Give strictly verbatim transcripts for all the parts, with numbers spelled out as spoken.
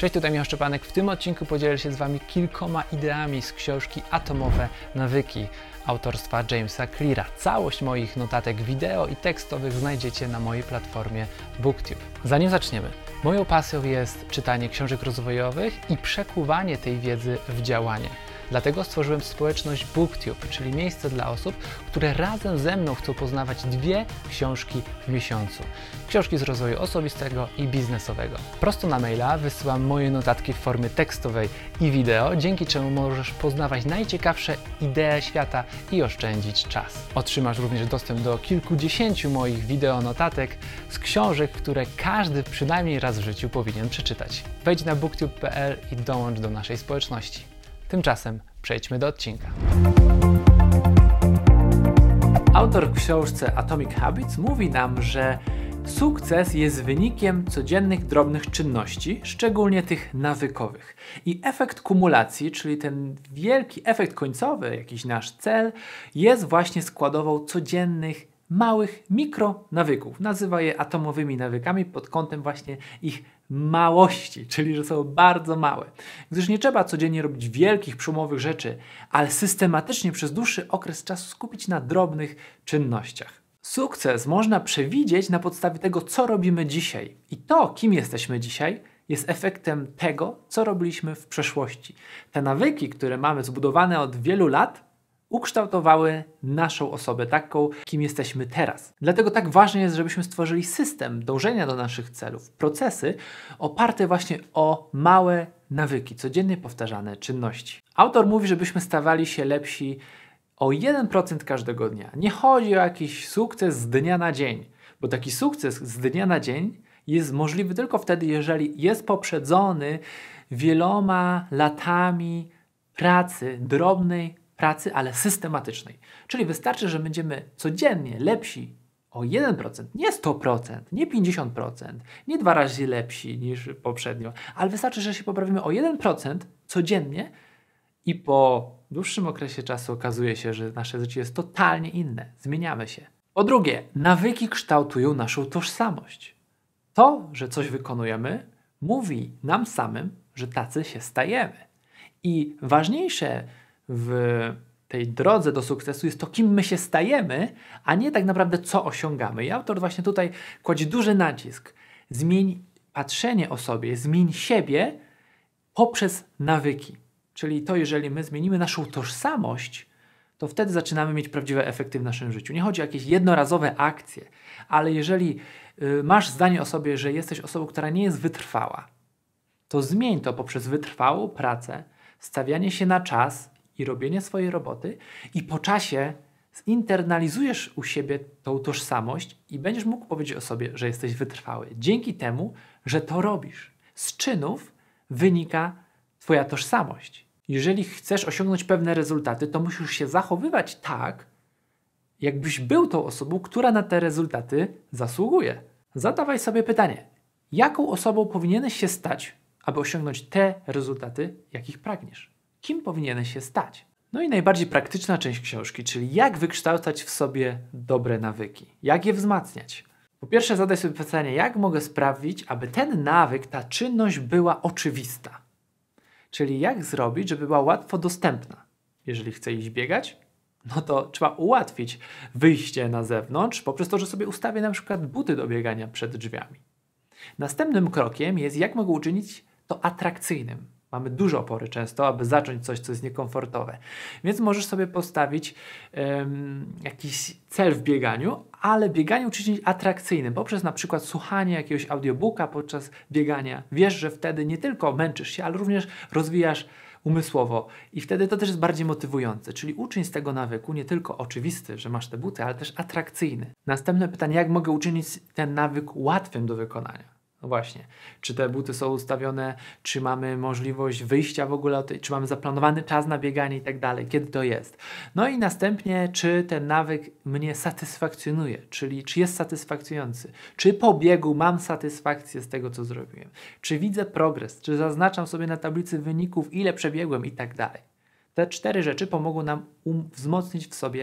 Cześć, tutaj Michał Szczepanek. W tym odcinku podzielę się z Wami kilkoma ideami z książki Atomowe nawyki autorstwa Jamesa Cleara. Całość moich notatek wideo i tekstowych znajdziecie na mojej platformie BookTube. Zanim zaczniemy, moją pasją jest czytanie książek rozwojowych i przekuwanie tej wiedzy w działanie. Dlatego stworzyłem społeczność BookTube, czyli miejsce dla osób, które razem ze mną chcą poznawać dwie książki w miesiącu. Książki z rozwoju osobistego i biznesowego. Prosto na maila wysyłam moje notatki w formie tekstowej i wideo, dzięki czemu możesz poznawać najciekawsze idee świata i oszczędzić czas. Otrzymasz również dostęp do kilkudziesięciu moich wideo notatek z książek, które każdy przynajmniej raz w życiu powinien przeczytać. Wejdź na booktube kropka p l i dołącz do naszej społeczności. Tymczasem przejdźmy do odcinka. Autor w książce Atomic Habits mówi nam, że sukces jest wynikiem codziennych drobnych czynności, szczególnie tych nawykowych. I efekt kumulacji, czyli ten wielki efekt końcowy, jakiś nasz cel, jest właśnie składową codziennych, małych mikronawyków. Nazywa je atomowymi nawykami pod kątem właśnie ich małości, czyli że są bardzo małe. Gdyż nie trzeba codziennie robić wielkich, przełomowych rzeczy, ale systematycznie przez dłuższy okres czasu skupić na drobnych czynnościach. Sukces można przewidzieć na podstawie tego, co robimy dzisiaj. I to, kim jesteśmy dzisiaj, jest efektem tego, co robiliśmy w przeszłości. Te nawyki, które mamy zbudowane od wielu lat, ukształtowały naszą osobę, taką, kim jesteśmy teraz. Dlatego tak ważne jest, żebyśmy stworzyli system dążenia do naszych celów, procesy oparte właśnie o małe nawyki, codziennie powtarzane czynności. Autor mówi, żebyśmy stawali się lepsi o jeden procent każdego dnia. Nie chodzi o jakiś sukces z dnia na dzień, bo taki sukces z dnia na dzień jest możliwy tylko wtedy, jeżeli jest poprzedzony wieloma latami pracy, drobnej pracy, ale systematycznej. Czyli wystarczy, że będziemy codziennie lepsi o jeden procent, nie sto procent, nie pięćdziesiąt procent, nie dwa razy lepsi niż poprzednio, ale wystarczy, że się poprawimy o jeden procent codziennie i po dłuższym okresie czasu okazuje się, że nasze życie jest totalnie inne. Zmieniamy się. Po drugie, nawyki kształtują naszą tożsamość. To, że coś wykonujemy, mówi nam samym, że tacy się stajemy. I ważniejsze w tej drodze do sukcesu jest to, kim my się stajemy, a nie tak naprawdę co osiągamy. I autor właśnie tutaj kładzie duży nacisk. Zmień patrzenie o sobie, zmień siebie poprzez nawyki. Czyli to, jeżeli my zmienimy naszą tożsamość, to wtedy zaczynamy mieć prawdziwe efekty w naszym życiu. Nie chodzi o jakieś jednorazowe akcje, ale jeżeli y, masz zdanie o sobie, że jesteś osobą, która nie jest wytrwała, to zmień to poprzez wytrwałą pracę, stawianie się na czas i robienie swojej roboty i po czasie zinternalizujesz u siebie tą tożsamość i będziesz mógł powiedzieć o sobie, że jesteś wytrwały. Dzięki temu, że to robisz. Z czynów wynika Twoja tożsamość. Jeżeli chcesz osiągnąć pewne rezultaty, to musisz się zachowywać tak, jakbyś był tą osobą, która na te rezultaty zasługuje. Zadawaj sobie pytanie, jaką osobą powinieneś się stać, aby osiągnąć te rezultaty, jakich pragniesz? Kim powinieneś się stać? No i najbardziej praktyczna część książki, czyli jak wykształcać w sobie dobre nawyki. Jak je wzmacniać? Po pierwsze zadaj sobie pytanie, jak mogę sprawić, aby ten nawyk, ta czynność była oczywista? Czyli jak zrobić, żeby była łatwo dostępna? Jeżeli chcę iść biegać, no to trzeba ułatwić wyjście na zewnątrz poprzez to, że sobie ustawię na przykład buty do biegania przed drzwiami. Następnym krokiem jest, jak mogę uczynić to atrakcyjnym. Mamy dużo opory często, aby zacząć coś, co jest niekomfortowe. Więc możesz sobie postawić um, jakiś cel w bieganiu, ale bieganie uczynić atrakcyjnym poprzez na przykład słuchanie jakiegoś audiobooka podczas biegania. Wiesz, że wtedy nie tylko męczysz się, ale również rozwijasz umysłowo i wtedy to też jest bardziej motywujące. Czyli uczyń z tego nawyku nie tylko oczywisty, że masz te buty, ale też atrakcyjny. Następne pytanie, jak mogę uczynić ten nawyk łatwym do wykonania? No właśnie, czy te buty są ustawione, czy mamy możliwość wyjścia w ogóle, czy mamy zaplanowany czas na bieganie i tak dalej, kiedy to jest. No i następnie, czy ten nawyk mnie satysfakcjonuje, czyli czy jest satysfakcjonujący, czy po biegu mam satysfakcję z tego, co zrobiłem, czy widzę progres, czy zaznaczam sobie na tablicy wyników, ile przebiegłem i tak dalej. Te cztery rzeczy pomogą nam um- wzmocnić w sobie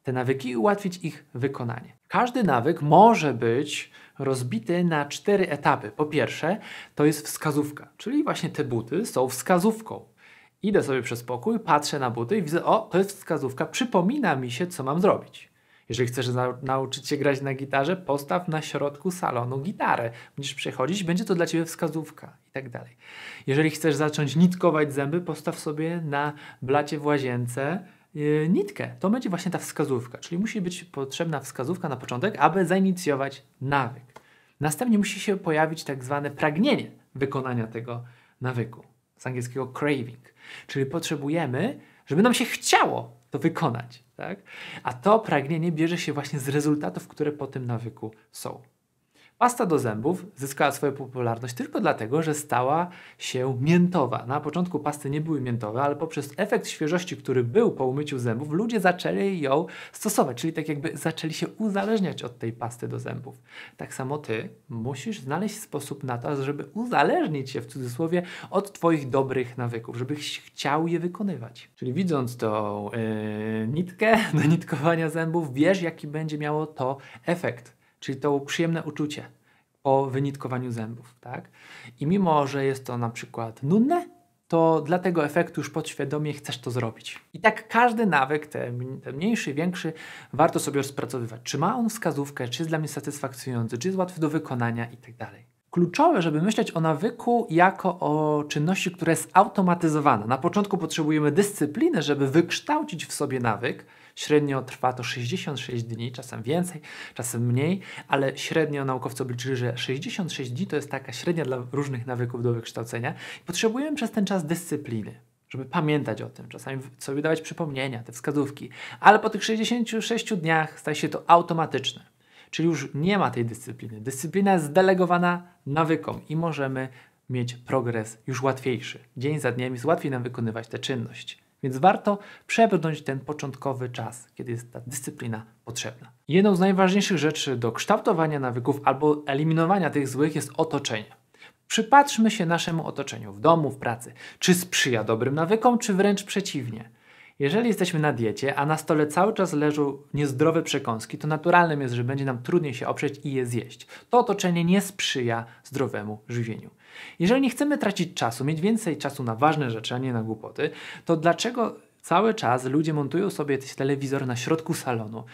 te nawyki i ułatwić ich wykonanie. Każdy nawyk może być rozbity na cztery etapy. Po pierwsze, to jest wskazówka, czyli właśnie te buty są wskazówką. Idę sobie przez pokój, patrzę na buty i widzę, o, to jest wskazówka, przypomina mi się, co mam zrobić. Jeżeli chcesz na- nauczyć się grać na gitarze, postaw na środku salonu gitarę. Będziesz przechodzić, będzie to dla Ciebie wskazówka i tak dalej. Jeżeli chcesz zacząć nitkować zęby, postaw sobie na blacie w łazience yy, nitkę. To będzie właśnie ta wskazówka, czyli musi być potrzebna wskazówka na początek, aby zainicjować nawyk. Następnie musi się pojawić tak zwane pragnienie wykonania tego nawyku. Z angielskiego craving. Czyli potrzebujemy, żeby nam się chciało to wykonać. Tak? A to pragnienie bierze się właśnie z rezultatów, które po tym nawyku są. Pasta do zębów zyskała swoją popularność tylko dlatego, że stała się miętowa. Na początku pasty nie były miętowe, ale poprzez efekt świeżości, który był po umyciu zębów, ludzie zaczęli ją stosować, czyli tak jakby zaczęli się uzależniać od tej pasty do zębów. Tak samo ty musisz znaleźć sposób na to, żeby uzależnić się w cudzysłowie od twoich dobrych nawyków, żebyś chciał je wykonywać. Czyli widząc tą yy, nitkę do nitkowania zębów, wiesz, jaki będzie miało to efekt. Czyli to przyjemne uczucie po wynitkowaniu zębów, tak? I mimo, że jest to na przykład nudne, to dla tego efektu już podświadomie chcesz to zrobić. I tak każdy nawyk, ten, ten mniejszy, większy, warto sobie rozpracowywać. Czy ma on wskazówkę, czy jest dla mnie satysfakcjonujący, czy jest łatwy do wykonania i tak dalej. Kluczowe, żeby myśleć o nawyku jako o czynności, która jest automatyzowana. Na początku potrzebujemy dyscypliny, żeby wykształcić w sobie nawyk. Średnio trwa to sześćdziesiąt sześć dni, czasem więcej, czasem mniej, ale średnio naukowcy obliczyli, że sześćdziesiąt sześć dni to jest taka średnia dla różnych nawyków do wykształcenia. Potrzebujemy przez ten czas dyscypliny, żeby pamiętać o tym, czasami sobie dawać przypomnienia, te wskazówki, ale po tych sześćdziesięciu sześciu dniach staje się to automatyczne. Czyli już nie ma tej dyscypliny. Dyscyplina jest zdelegowana nawykom i możemy mieć progres już łatwiejszy. Dzień za dniem jest łatwiej nam wykonywać tę czynność. Więc warto przebrnąć ten początkowy czas, kiedy jest ta dyscyplina potrzebna. Jedną z najważniejszych rzeczy do kształtowania nawyków albo eliminowania tych złych jest otoczenie. Przypatrzmy się naszemu otoczeniu w domu, w pracy. Czy sprzyja dobrym nawykom, czy wręcz przeciwnie? Jeżeli jesteśmy na diecie, a na stole cały czas leżą niezdrowe przekąski, to naturalnym jest, że będzie nam trudniej się oprzeć i je zjeść. To otoczenie nie sprzyja zdrowemu żywieniu. Jeżeli nie chcemy tracić czasu, mieć więcej czasu na ważne rzeczy, a nie na głupoty, to dlaczego cały czas ludzie montują sobie telewizor na środku salonu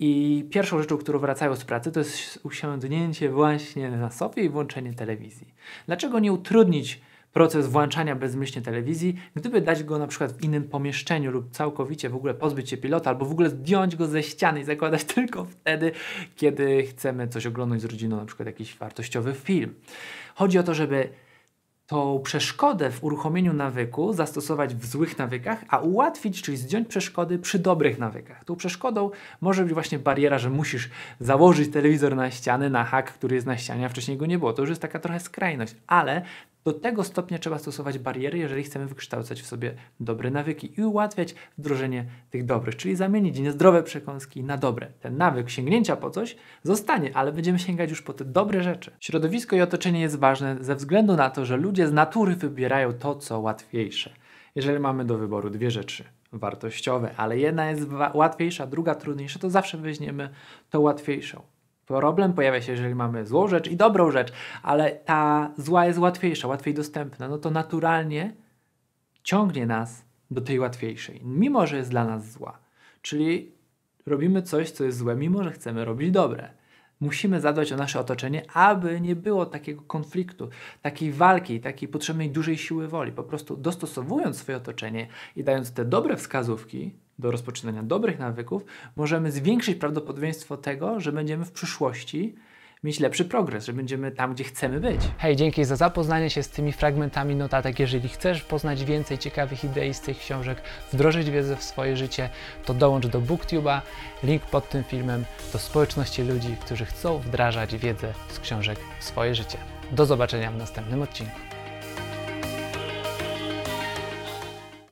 i pierwszą rzeczą, którą wracają z pracy, to jest usiądnięcie właśnie na sofie i włączenie telewizji? Dlaczego nie utrudnić proces włączania bezmyślnie telewizji, gdyby dać go na przykład w innym pomieszczeniu lub całkowicie w ogóle pozbyć się pilota, albo w ogóle zdjąć go ze ściany i zakładać tylko wtedy, kiedy chcemy coś oglądać z rodziną, na przykład jakiś wartościowy film. Chodzi o to, żeby tą przeszkodę w uruchomieniu nawyku zastosować w złych nawykach, a ułatwić, czyli zdjąć przeszkody przy dobrych nawykach. Tą przeszkodą może być właśnie bariera, że musisz założyć telewizor na ścianę, na hak, który jest na ścianie, a wcześniej go nie było. To już jest taka trochę skrajność, ale do tego stopnia trzeba stosować bariery, jeżeli chcemy wykształcać w sobie dobre nawyki i ułatwiać wdrożenie tych dobrych, czyli zamienić niezdrowe przekąski na dobre. Ten nawyk sięgnięcia po coś zostanie, ale będziemy sięgać już po te dobre rzeczy. Środowisko i otoczenie jest ważne ze względu na to, że ludzie z natury wybierają to, co łatwiejsze. Jeżeli mamy do wyboru dwie rzeczy wartościowe, ale jedna jest łatwiejsza, druga trudniejsza, to zawsze weźmiemy tą łatwiejszą. Problem pojawia się, jeżeli mamy złą rzecz i dobrą rzecz, ale ta zła jest łatwiejsza, łatwiej dostępna, no to naturalnie ciągnie nas do tej łatwiejszej, mimo że jest dla nas zła. Czyli robimy coś, co jest złe, mimo że chcemy robić dobre. Musimy zadbać o nasze otoczenie, aby nie było takiego konfliktu, takiej walki, takiej potrzebnej dużej siły woli. Po prostu dostosowując swoje otoczenie i dając te dobre wskazówki do rozpoczynania dobrych nawyków, możemy zwiększyć prawdopodobieństwo tego, że będziemy w przyszłości mieć lepszy progres, że będziemy tam, gdzie chcemy być. Hej, dzięki za zapoznanie się z tymi fragmentami notatek. Jeżeli chcesz poznać więcej ciekawych idei z tych książek, wdrożyć wiedzę w swoje życie, to dołącz do BookTube'a. Link pod tym filmem do społeczności ludzi, którzy chcą wdrażać wiedzę z książek w swoje życie. Do zobaczenia w następnym odcinku.